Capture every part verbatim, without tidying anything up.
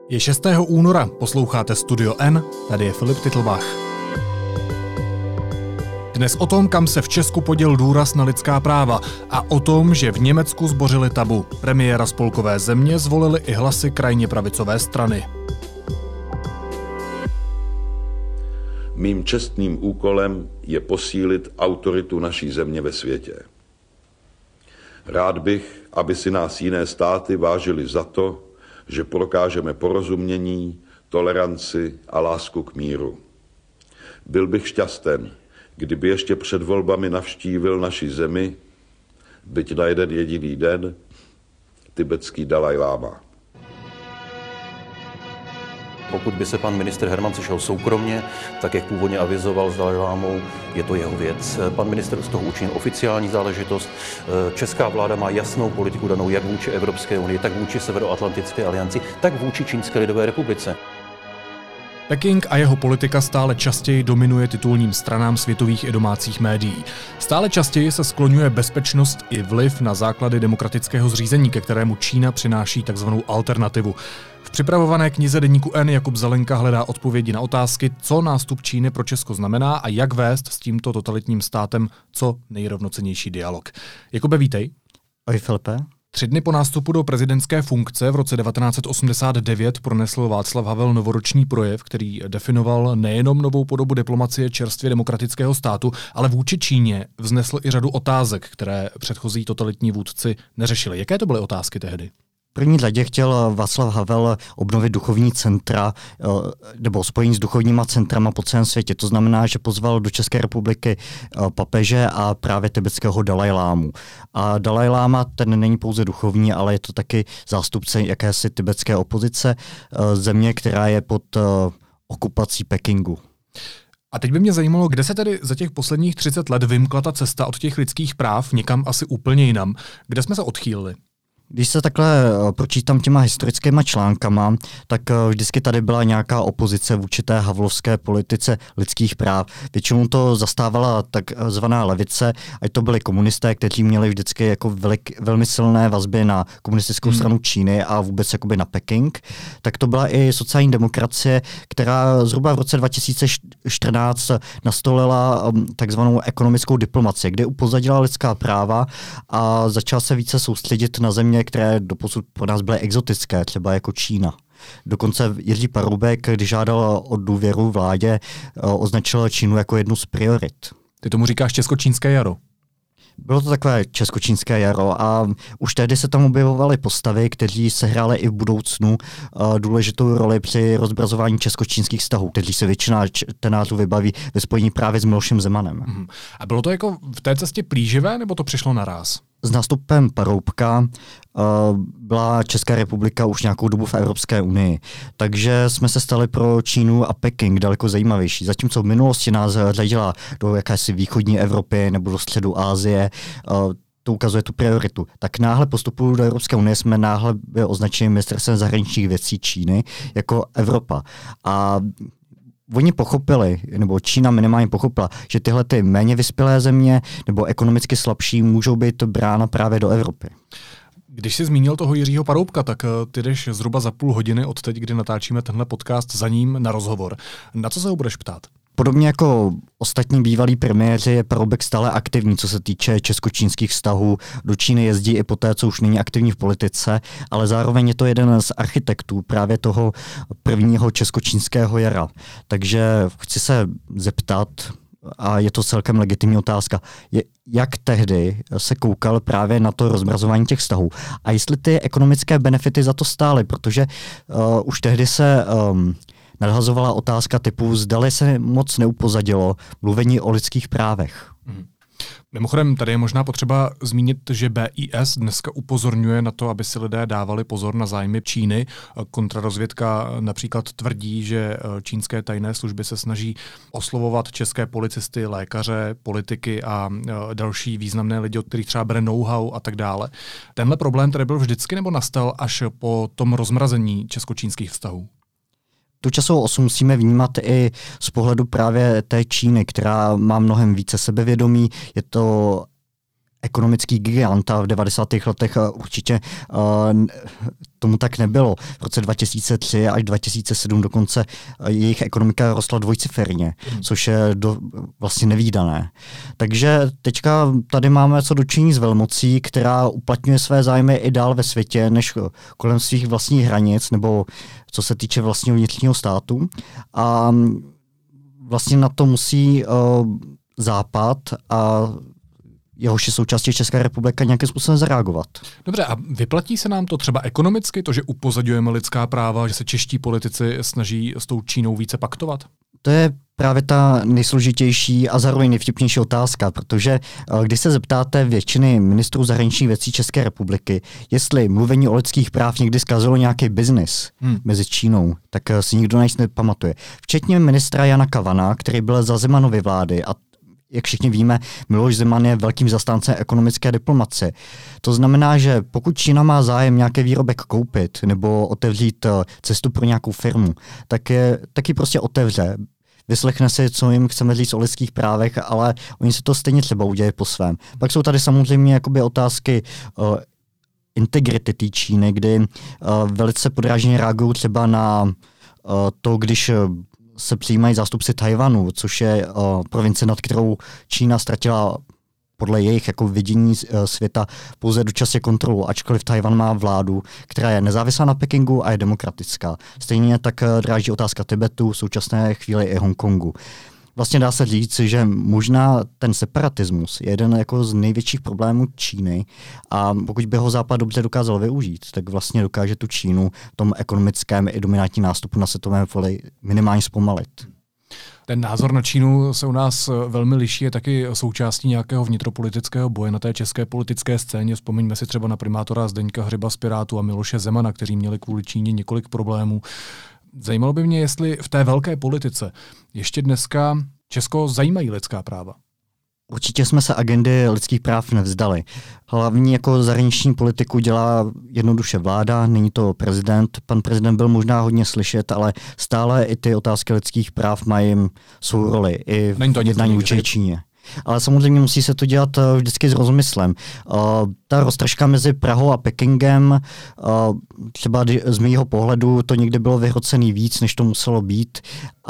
Je šestého února, posloucháte Studio N, tady je Filip Titlbach. Dnes o tom, kam se v Česku poděl důraz na lidská práva a o tom, že v Německu zbořili tabu. Premiéra spolkové země zvolili i hlasy krajně pravicové strany. Mým čestným úkolem je posílit autoritu naší země ve světě. Rád bych, aby si nás jiné státy vážily za to, že prokážeme porozumění, toleranci a lásku k míru. Byl bych šťasten, kdyby ještě před volbami navštívil naši zemi, byť na jeden jediný den, tibetský Dalajláma. Pokud by se pan ministr Herman sešel soukromně, tak jak původně avizoval s Dalajlámou, je to jeho věc. Pan ministr z toho učinil oficiální záležitost. Česká vláda má jasnou politiku danou jak vůči Evropské unii, tak vůči Severoatlantické alianci, tak vůči Čínské lidové republice. Peking a jeho politika stále častěji dominuje titulním stranám světových i domácích médií. Stále častěji se skloňuje bezpečnost i vliv na základy demokratického zřízení, ke kterému Čína přináší takzvanou alternativu. V připravované knize deníku N Jakub Zelenka hledá odpovědi na otázky, co nástup Číny pro Česko znamená a jak vést s tímto totalitním státem co nejrovnocennější dialog. Jakube, vítej. Ahoj, Filipe. Tři dny po nástupu do prezidentské funkce v roce devatenáct set osmdesát devět pronesl Václav Havel novoroční projev, který definoval nejenom novou podobu diplomacie čerstvě demokratického státu, ale vůči Číně vznesl i řadu otázek, které předchozí totalitní vůdci neřešili. Jaké to byly otázky tehdy? V první řadě chtěl Václav Havel obnovit duchovní centra nebo spojení s duchovníma centrama po celém světě. To znamená, že pozval do České republiky papeže a právě tibetského Dalajlámu. A Dalajláma ten není pouze duchovní, ale je to taky zástupce jakési tibetské opozice, země, která je pod okupací Pekingu. A teď by mě zajímalo, kde se tedy za těch posledních třicet let vymkla ta cesta od těch lidských práv někam asi úplně jinam. Kde jsme se odchýlili? Když se takhle pročítám těma historickýma článkama, tak vždycky tady byla nějaká opozice vůči té havlovské politice lidských práv. Většinou to zastávala takzvaná levice, ať to byli komunisté, kteří měli vždycky jako velik, velmi silné vazby na komunistickou hmm. stranu Číny a vůbec jakoby na Peking. Tak to byla i sociální demokracie, která zhruba v roce dva tisíce čtrnáct nastolila takzvanou ekonomickou diplomacii, kde upozadila lidská práva a začala se více soustředit na země, které doposud pro nás byly exotické, třeba jako Čína. Dokonce Jiří Paroubek, když žádal o důvěru vládě, označil Čínu jako jednu z priorit. Ty tomu říkáš česko-čínské jaro? Bylo to takové česko-čínské jaro a už tehdy se tam objevovaly postavy, kteří sehrály i v budoucnu uh, důležitou roli při rozbrazování česko-čínských vztahů, kteří se většina čtenářů vybaví ve spojení právě s Milošem Zemanem. Mm. A bylo to jako v té cestě plíživé, nebo to přišlo naráz? S nástupem Paroubka uh, byla Česká republika už nějakou dobu v Evropské unii, takže jsme se stali pro Čínu a Peking daleko zajímavější. Zatímco v minulosti nás řadila do jakési východní Evropy nebo do středu Asie, uh, to ukazuje tu prioritu. Tak náhle postupu do Evropské unie jsme náhle byli označeni ministerstvem zahraničních věcí Číny jako Evropa. A oni pochopili, nebo Čína minimálně pochopila, že tyhle ty méně vyspělé země nebo ekonomicky slabší můžou být brána právě do Evropy. Když jsi zmínil toho Jiřího Paroubka, tak ty jdeš zhruba za půl hodiny od teď, kdy natáčíme tenhle podcast, za ním na rozhovor. Na co se ho budeš ptát? Podobně jako ostatní bývalí premiéři je Paroubek stále aktivní, co se týče česko-čínských vztahů. Do Číny jezdí i poté, co už není aktivní v politice, ale zároveň je to jeden z architektů právě toho prvního česko-čínského jara. Takže chci se zeptat, a je to celkem legitimní otázka, je, jak tehdy se koukal právě na to rozmrazování těch vztahů a jestli ty ekonomické benefity za to stály, protože uh, už tehdy se um, nadhazovala otázka typu, zdali se moc neupozadilo mluvení o lidských právech. Mm. Mimochodem, tady je možná potřeba zmínit, že B I S dneska upozorňuje na to, aby si lidé dávali pozor na zájmy Číny. Kontrarozvědka například tvrdí, že čínské tajné služby se snaží oslovovat české policisty, lékaře, politiky a další významné lidi, od kterých třeba bere know-how a tak dále. Tenhle problém tady byl vždycky nebo nastal až po tom rozmrazení česko-čínských vztahů? Tu časovou osu musíme vnímat i z pohledu právě té Číny, která má mnohem více sebevědomí. Je to ekonomický gigant a v devadesátých letech určitě uh, tomu tak nebylo. V roce dva tisíce tři až dva tisíce sedm dokonce jejich ekonomika rostla dvojciferně, hmm. což je do, vlastně nevídané. Takže teďka tady máme co dočinit s velmocí, která uplatňuje své zájmy i dál ve světě, než kolem svých vlastních hranic, nebo co se týče vlastního vnitřního státu. A vlastně na to musí uh, Západ a jehož je součástí Česká republika nějakým způsobem zareagovat. Dobře, a vyplatí se nám to třeba ekonomicky, to, že upozorňujeme lidská práva, že se čeští politici snaží s tou Čínou více paktovat? To je právě ta nejsložitější a zároveň nejvtipnější otázka, protože když se zeptáte většiny ministrů zahraničních věcí České republiky, jestli mluvení o lidských práv někdy zkazilo nějaký biznis hmm. mezi Čínou, tak si nikdo nic nepamatuje. Včetně ministra Jana Kavana, který byl za Zemanovy vlády a jak všichni víme, Miloš Zeman je velkým zastáncem ekonomické diplomacie. To znamená, že pokud Čína má zájem nějaký výrobek koupit nebo otevřít cestu pro nějakou firmu, tak, je, tak ji prostě otevře. Vyslechne si, co jim chceme říct o lidských právech, ale oni si to stejně třeba udělají po svém. Pak jsou tady samozřejmě jakoby otázky uh, integrity té Číny, kdy uh, velice podrážděně reagují třeba na uh, to, když uh, se přijímají zástupci Tajvanu, což je uh, province, nad kterou Čína ztratila podle jejich jako vidění uh, světa pouze dočasně kontrolu, ačkoliv Tajvan má vládu, která je nezávislá na Pekingu a je demokratická. Stejně tak uh, dráží otázka Tibetu, v současné chvíli i Hongkongu. Vlastně dá se říct, že možná ten separatismus je jeden jako z největších problémů Číny a pokud by ho Západ dobře dokázal využít, tak vlastně dokáže tu Čínu v tom ekonomickém i dominantním nástupu na světovém poli minimálně zpomalit. Ten názor na Čínu se u nás velmi liší, je taky součástí nějakého vnitropolitického boje na té české politické scéně. Vzpomeňme si třeba na primátora Zdeňka Hřiba z Pirátů a Miloše Zemana, kteří měli kvůli Číně několik problémů. Zajímalo by mě, jestli v té velké politice ještě dneska Česko zajímají lidská práva. Určitě jsme se agendy lidských práv nevzdali. Hlavní jako zahraniční politiku dělá jednoduše vláda, není to prezident. Pan prezident byl možná hodně slyšet, ale stále i ty otázky lidských práv mají svou roli i v jednání vůči Číně. Ale samozřejmě musí se to dělat vždycky s rozmyslem. Uh, ta roztržka mezi Prahou a Pekingem, uh, třeba z mýho pohledu to někdy bylo vyhrocený víc, než to muselo být.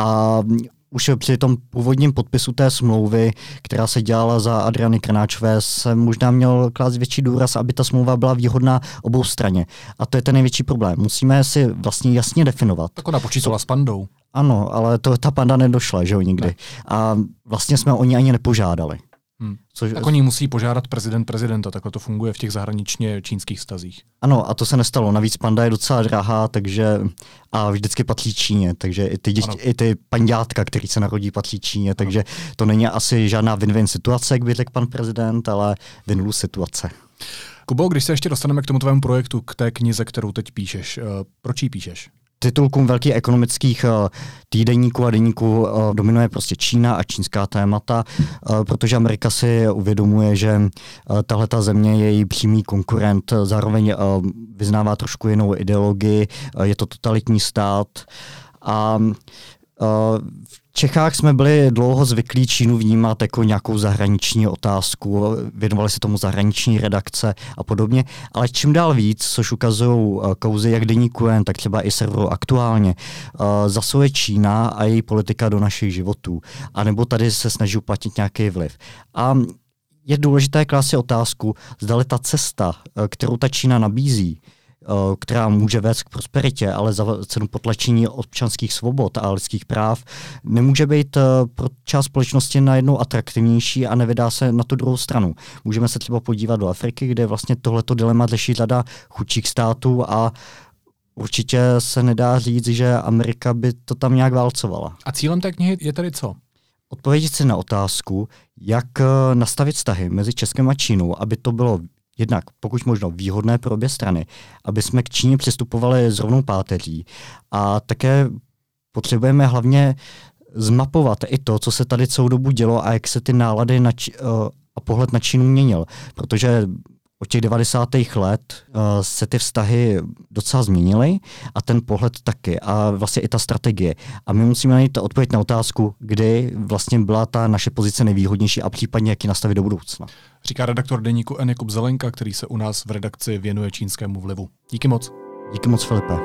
A už při tom původním podpisu té smlouvy, která se dělala za Adriany Krnáčové, se možná měl klást větší důraz, aby ta smlouva byla výhodná obou straně. A to je ten největší problém. Musíme si vlastně jasně definovat. Tak ona počítala s pandou. Ano, ale to, ta panda nedošla, že jo, nikdy. Ne. A vlastně jsme o ní ani nepožádali. Hmm. Což... Tak oni musí požádat prezident prezidenta, takhle to funguje v těch zahraničně čínských vztazích. Ano, a to se nestalo. Navíc panda je docela drahá, takže a vždycky patří Číně, takže i ty, děti, i ty panďátka, který se narodí, patří Číně, takže ano. To není asi žádná win-win situace, jak by řekl pan prezident, ale win-lose situace. Kubo, když se ještě dostaneme k tomu tvému projektu, k té knize, kterou teď píšeš, proč ji píšeš? Titulkům velkých ekonomických uh, týdeníků a deníků uh, dominuje prostě Čína a čínská témata, uh, protože Amerika si uvědomuje, že uh, tahle ta země je její přímý konkurent, zároveň uh, vyznává trošku jinou ideologii, uh, je to totalitní stát a uh, v Čechách jsme byli dlouho zvyklí Čínu vnímat jako nějakou zahraniční otázku, věnovali se tomu zahraniční redakce a podobně, ale čím dál víc, což ukazují kauzy jak deníku N, tak třeba i serveru Aktuálně, zasahuje Čína a její politika do našich životů, anebo tady se snaží uplatnit nějaký vliv. A je důležité klást si otázku, zdali ta cesta, kterou ta Čína nabízí, která může vést k prosperitě, ale za cenu potlačení občanských svobod a lidských práv, nemůže být pro část společnosti najednou atraktivnější a nevydá se na tu druhou stranu. Můžeme se třeba podívat do Afriky, kde vlastně tohleto dilema řeší řada chudších států a určitě se nedá říct, že Amerika by to tam nějak válcovala. A cílem té knihy je tedy co? Odpovědět si na otázku, jak nastavit vztahy mezi Českem a Čínou, aby to bylo jednak pokud možno výhodné pro obě strany, aby jsme k Číně přistupovali s rovnou páteří. A také potřebujeme hlavně zmapovat i to, co se tady celou dobu dělo a jak se ty nálady na Č- a pohled na Čínu měnil. Protože od těch devadesátých let uh, se ty vztahy docela změnily a ten pohled taky a vlastně i ta strategie. A my musíme najít odpověď na otázku, kdy vlastně byla ta naše pozice nejvýhodnější a případně jak ji nastavit do budoucna. Říká redaktor deníku N Jakub Zelenka, který se u nás v redakci věnuje čínskému vlivu. Díky moc. Díky moc, Filipe.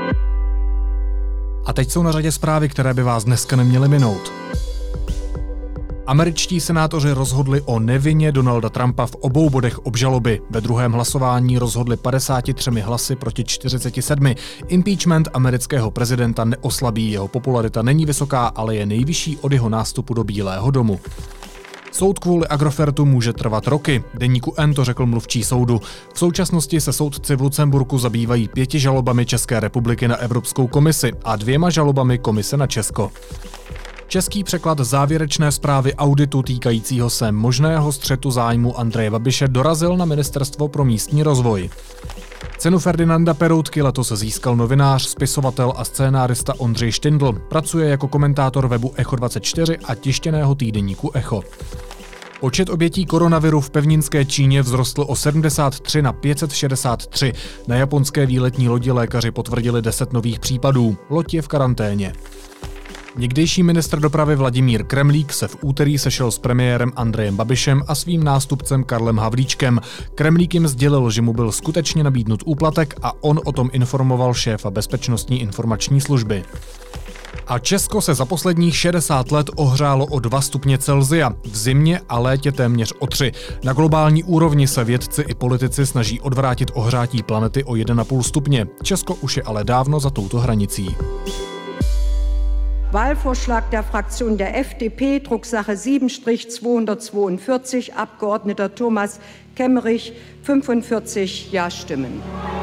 A teď jsou na řadě zprávy, které by vás dneska neměly minout. Američtí senátoři rozhodli o nevině Donalda Trumpa v obou bodech obžaloby. Ve druhém hlasování rozhodli padesáti třemi hlasy proti čtyřiceti sedmi. Impeachment amerického prezidenta neoslabí, jeho popularita není vysoká, ale je nejvyšší od jeho nástupu do Bílého domu. Soud kvůli Agrofertu může trvat roky. Deníku N to řekl mluvčí soudu. V současnosti se soudci v Lucemburku zabývají pěti žalobami České republiky na Evropskou komisi a dvěma žalobami Komise na Česko. Český překlad závěrečné zprávy auditu týkajícího se možného střetu zájmu Andreje Babiše dorazil na Ministerstvo pro místní rozvoj. Cenu Ferdinanda Peroutky letos získal novinář, spisovatel a scénárista Ondřej Štindl. Pracuje jako komentátor webu Echo dvacet čtyři a tištěného týdeníku Echo. Počet obětí koronaviru v pevninské Číně vzrostl o sedmdesát tři na pět set šedesát tři. Na japonské výletní lodi lékaři potvrdili deset nových případů. Loď je v karanténě. Někdejší ministr dopravy Vladimír Kremlík se v úterý sešel s premiérem Andrejem Babišem a svým nástupcem Karlem Havlíčkem. Kremlík jim sdělil, že mu byl skutečně nabídnut úplatek a on o tom informoval šéfa Bezpečnostní informační služby. A Česko se za posledních šedesát let ohřálo o dva stupně Celsia, v zimě a létě téměř o tři. Na globální úrovni se vědci i politici snaží odvrátit ohřátí planety o jedna celá pět stupně. Česko už je ale dávno za touto hranicí. Wahlvorschlag der Fraktion der F D P, Drucksache sieben zweihundertzweiundvierzig, Abgeordneter Thomas Kemmerich, fünfundvierzig Ja-Stimmen.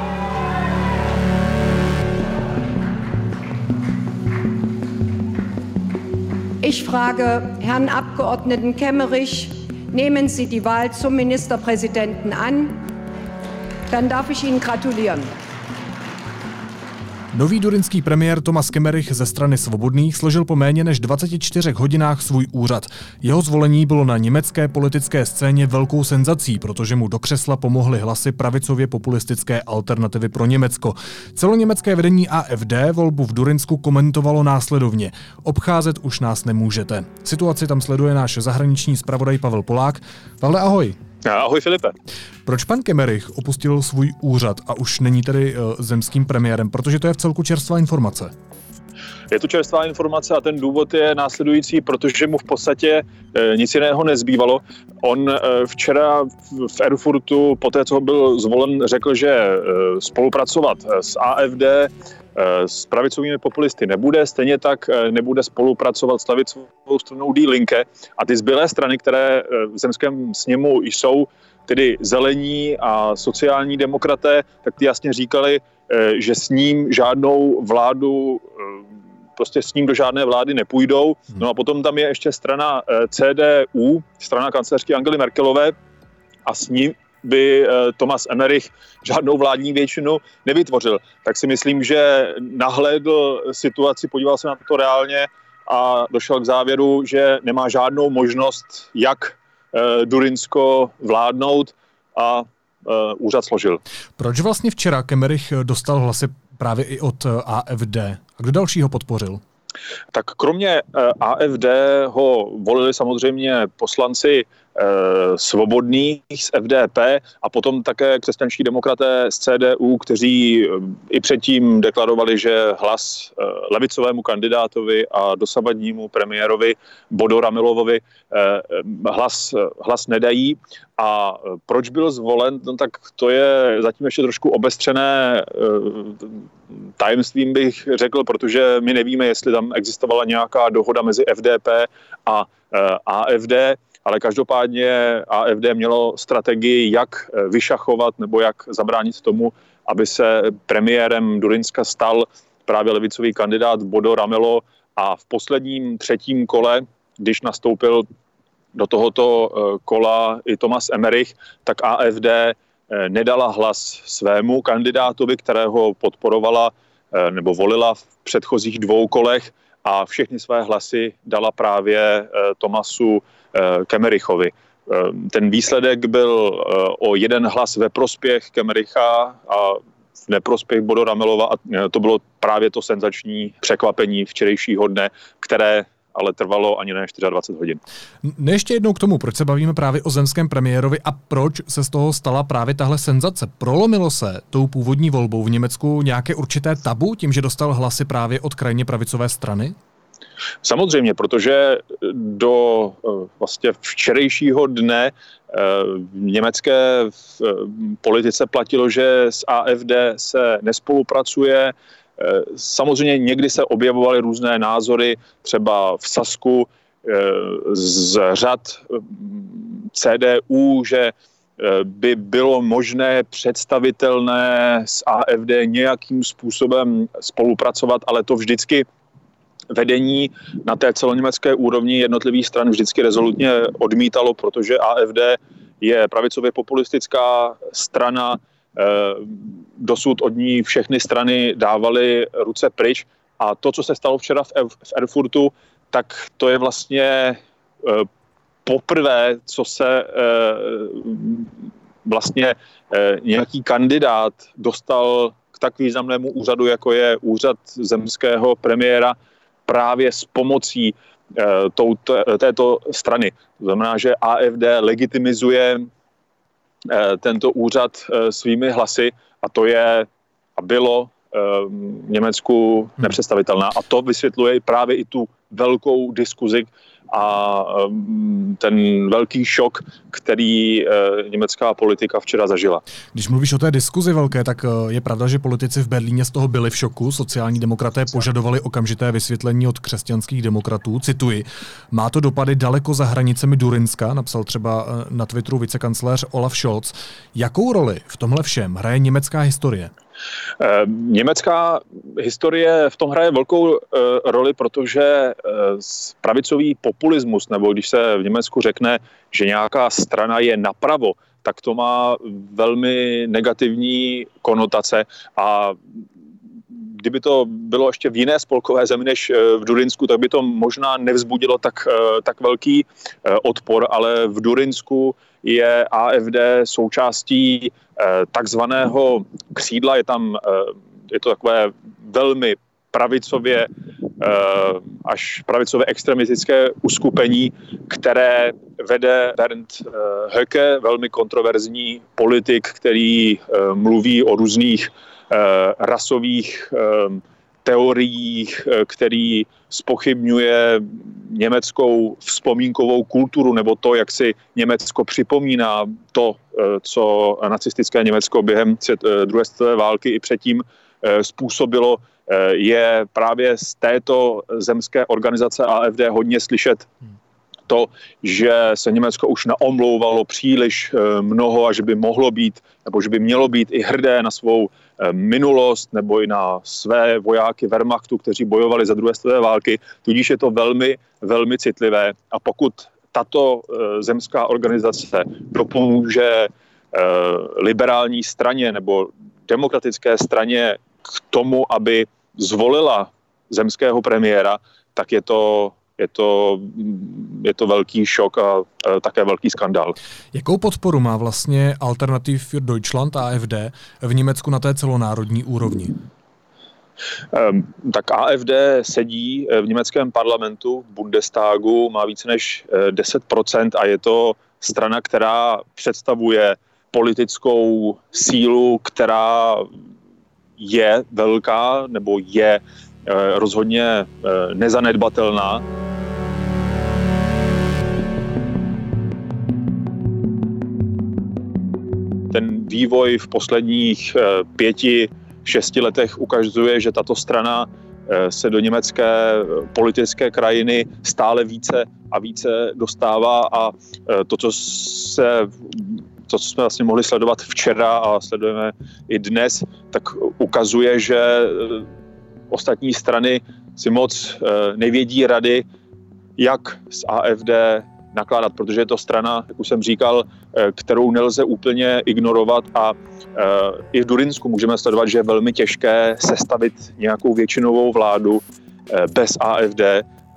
Ich frage Herrn Abgeordneten Kemmerich, nehmen Sie die Wahl zum Ministerpräsidenten an? Dann darf ich Ihnen gratulieren. Nový durynský premiér Thomas Kemmerich ze strany Svobodných složil po méně než dvaceti čtyřech hodinách svůj úřad. Jeho zvolení bylo na německé politické scéně velkou senzací, protože mu do křesla pomohly hlasy pravicově populistické Alternativy pro Německo. Celoněmecké vedení A F D volbu v Durynsku komentovalo následovně. Obcházet už nás nemůžete. Situaci tam sleduje náš zahraniční zpravodaj Pavel Polák. Pavle, ahoj. Ahoj Filipe. Proč pan Kemmerich opustil svůj úřad a už není tedy uh, zemským premiérem? Protože to je v celku čerstvá informace. Je to čerstvá informace a ten důvod je následující, protože mu v podstatě e, nic jiného nezbývalo. On e, včera v Erfurtu, poté co byl zvolen, řekl, že e, spolupracovat s A F D, e, s pravicovými populisty nebude, stejně tak e, nebude spolupracovat s levicovou stranou Die Linke a ty zbylé strany, které e, v zemském sněmu jsou, tedy zelení a sociální demokraté, tak ty jasně říkali, e, že s ním žádnou vládu e, prostě s ním do žádné vlády nepůjdou. No a potom tam je ještě strana C D U, strana kancléřky Angely Merkelové a s ním by Thomas Emmerich žádnou vládní většinu nevytvořil. Tak si myslím, že nahlédl situaci, podíval se na to reálně a došel k závěru, že nemá žádnou možnost, jak Durynsko vládnout a úřad složil. Proč vlastně včera Kemmerich dostal hlasy právě i od A F D? A kdo dalšího podpořil? Tak kromě A F D ho volili samozřejmě poslanci Svobodných z F D P a potom také křesťanští demokraté z C D U, kteří i předtím deklarovali, že hlas levicovému kandidátovi a dosavadnímu premiérovi Bodo Ramilovovi hlas, hlas nedají. A proč byl zvolen, no tak to je zatím ještě trošku obestřené tajemstvím, bych řekl, protože my nevíme, jestli tam existovala nějaká dohoda mezi F D P a A F D, ale každopádně A F D mělo strategii, jak vyšachovat nebo jak zabránit tomu, aby se premiérem Durynska stal právě levicový kandidát Bodo Ramelow a v posledním třetím kole, když nastoupil do tohoto kola i Thomas Emmerich, tak A F D nedala hlas svému kandidátovi, kterého podporovala nebo volila v předchozích dvou kolech a všechny své hlasy dala právě Thomasu Kemmerichovi. Ten výsledek byl o jeden hlas ve prospěch Kemmericha a v neprospěch Bodo Ramelova a to bylo právě to senzační překvapení včerejšího dne, které ale trvalo ani ne dvacet čtyři hodin. Ne ještě jednou k tomu, proč se bavíme právě o zemském premiérovi a proč se z toho stala právě tahle senzace. Prolomilo se tou původní volbou v Německu nějaké určité tabu tím, že dostal hlasy právě od krajně pravicové strany? Samozřejmě, protože do vlastně včerejšího dne v německé politice platilo, že s A F D se nespolupracuje. Samozřejmě někdy se objevovaly různé názory, třeba v Sasku z řad C D U, že by bylo možné představitelné s A F D nějakým způsobem spolupracovat, ale to vždycky vedení na té celoněmecké úrovni jednotlivých stran vždycky rezolutně odmítalo, protože A F D je pravicově populistická strana, dosud od ní všechny strany dávaly ruce pryč a to, co se stalo včera v Erfurtu, tak to je vlastně poprvé, co se vlastně nějaký kandidát dostal k tak významnému úřadu, jako je úřad zemského premiéra, právě s pomocí uh, této strany. To znamená, že A F D legitimizuje uh, tento úřad uh, svými hlasy a to je a bylo uh, v Německu nepředstavitelná. A to vysvětluje právě i tu velkou diskuzi a um, ten velký šok, který uh, německá politika včera zažila. Když mluvíš o té diskuzi velké, tak uh, je pravda, že politici v Berlíně z toho byli v šoku. Sociální demokraté požadovali okamžité vysvětlení od křesťanských demokratů. Cituji, má to dopady daleko za hranicemi Durynska, napsal třeba uh, na Twitteru vicekancléř Olaf Scholz. Jakou roli v tomhle všem hraje německá historie? Německá historie v tom hraje velkou roli, protože pravicový populismus, nebo když se v Německu řekne, že nějaká strana je napravo, tak to má velmi negativní konotace a kdyby to bylo ještě v jiné spolkové zemi než v Durynsku, tak by to možná nevzbudilo tak, tak velký odpor, ale v Durynsku je A F D součástí takzvaného křídla, je tam, je to takové velmi pravicově, až pravicově extremistické uskupení, které vede Bernd Höcke, velmi kontroverzní politik, který mluví o různých rasových teoriích, který zpochybňuje německou vzpomínkovou kulturu nebo to, jak si Německo připomíná to, co nacistické Německo během druhé světové války i předtím způsobilo, je právě z této zemské organizace A F D hodně slyšet to, že se Německo už naomlouvalo příliš mnoho a že by mohlo být, nebo že by mělo být i hrdé na svou minulost nebo i na své vojáky Wehrmachtu, kteří bojovali za druhé světové války. Tudíž je to velmi, velmi citlivé. A pokud tato zemská organizace dopomůže liberální straně nebo demokratické straně k tomu, aby zvolila zemského premiéra, tak je to Je to, je to velký šok a e, také velký skandál. Jakou podporu má vlastně Alternative für Deutschland A F D v Německu na té celonárodní úrovni? E, tak A F D sedí v německém parlamentu, v Bundestagu, má více než deset procent a je to strana, která představuje politickou sílu, která je velká nebo je rozhodně nezanedbatelná. Ten vývoj v posledních pěti, šesti letech ukazuje, že tato strana se do německé politické krajiny stále více a více dostává a to, co se to, co jsme vlastně mohli sledovat včera a sledujeme i dnes, tak ukazuje, že ostatní strany si moc nevědí rady, jak s A F D nakládat, protože je to strana, jak už jsem říkal, kterou nelze úplně ignorovat a i v Durynsku můžeme sledovat, že je velmi těžké sestavit nějakou většinovou vládu bez A F D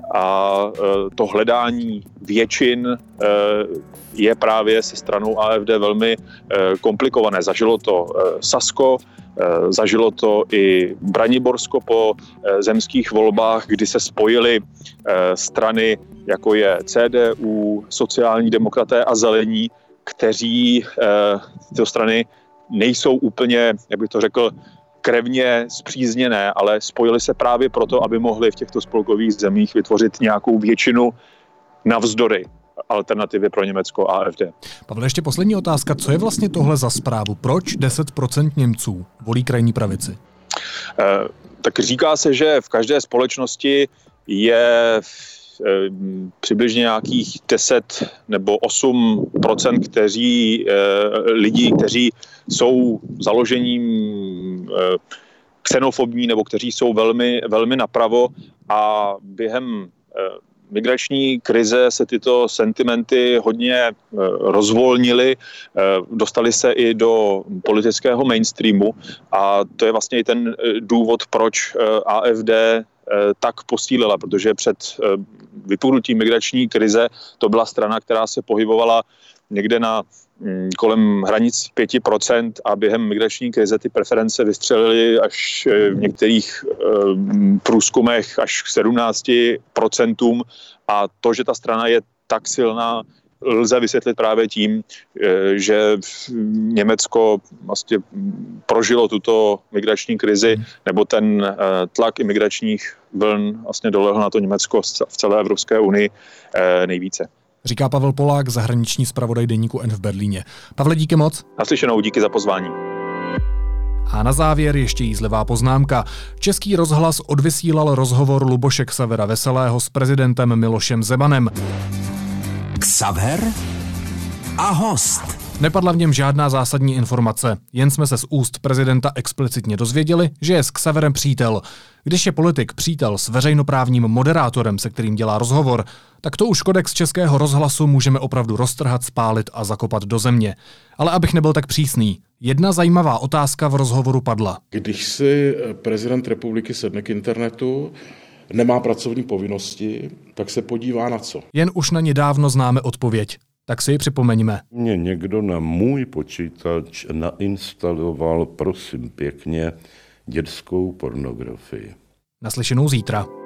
a to hledání většin je právě se stranou A F D velmi komplikované. Zažilo to Sasko, zažilo to i Braniborsko po zemských volbách, kdy se spojily strany, jako je C D U, sociální demokraté a zelení, kteří tyto strany nejsou úplně, jak bych to řekl, krevně spřízněné, ale spojili se právě proto, aby mohli v těchto spolkových zemích vytvořit nějakou většinu navzdory alternativě pro Německo a A F D. Pavle, ještě poslední otázka. Co je vlastně tohle za zprávu? Proč deset procent Němců volí krajní pravici? Eh, tak říká se, že v každé společnosti je eh, přibližně nějakých deset nebo osm procent kteří, eh, lidí, kteří jsou založením eh, xenofobní nebo kteří jsou velmi, velmi napravo a během eh, migrační krize se tyto sentimenty hodně rozvolnily, dostaly se i do politického mainstreamu a to je vlastně i ten důvod, proč A F D tak posílila, protože před vypuknutím migrační krize to byla strana, která se pohybovala někde na kolem hranic pět procent a během migrační krize ty preference vystřelily až v některých průzkumech až k sedmnáct procentům a to, že ta strana je tak silná, lze vysvětlit právě tím, že Německo vlastně prožilo tuto migrační krizi, nebo ten tlak imigračních vln vlastně dolehl na to Německo v celé Evropské unii nejvíce. Říká Pavel Polák, zahraniční zpravodaj deníku N v Berlíně. Pavle, díky moc. Naslyšenou, díky za pozvání. A na závěr ještě jízlivá poznámka. Český rozhlas odvysílal rozhovor Luboše Xavera Veselého s prezidentem Milošem Zemanem. Xaver a host. Nepadla v něm žádná zásadní informace, jen jsme se z úst prezidenta explicitně dozvěděli, že je s Xaverem přítel. Když je politik přítel s veřejnoprávním moderátorem, se kterým dělá rozhovor, tak to už kodex Českého rozhlasu můžeme opravdu roztrhat, spálit a zakopat do země. Ale abych nebyl tak přísný, jedna zajímavá otázka v rozhovoru padla. Když si prezident republiky sedne k internetu, nemá pracovní povinnosti, tak se podívá na co? Jen už na ně dávno známe odpověď. Tak si ji připomeňme. Mě někdo na můj počítač nainstaloval, prosím pěkně, dětskou pornografii. Naslyšenou zítra.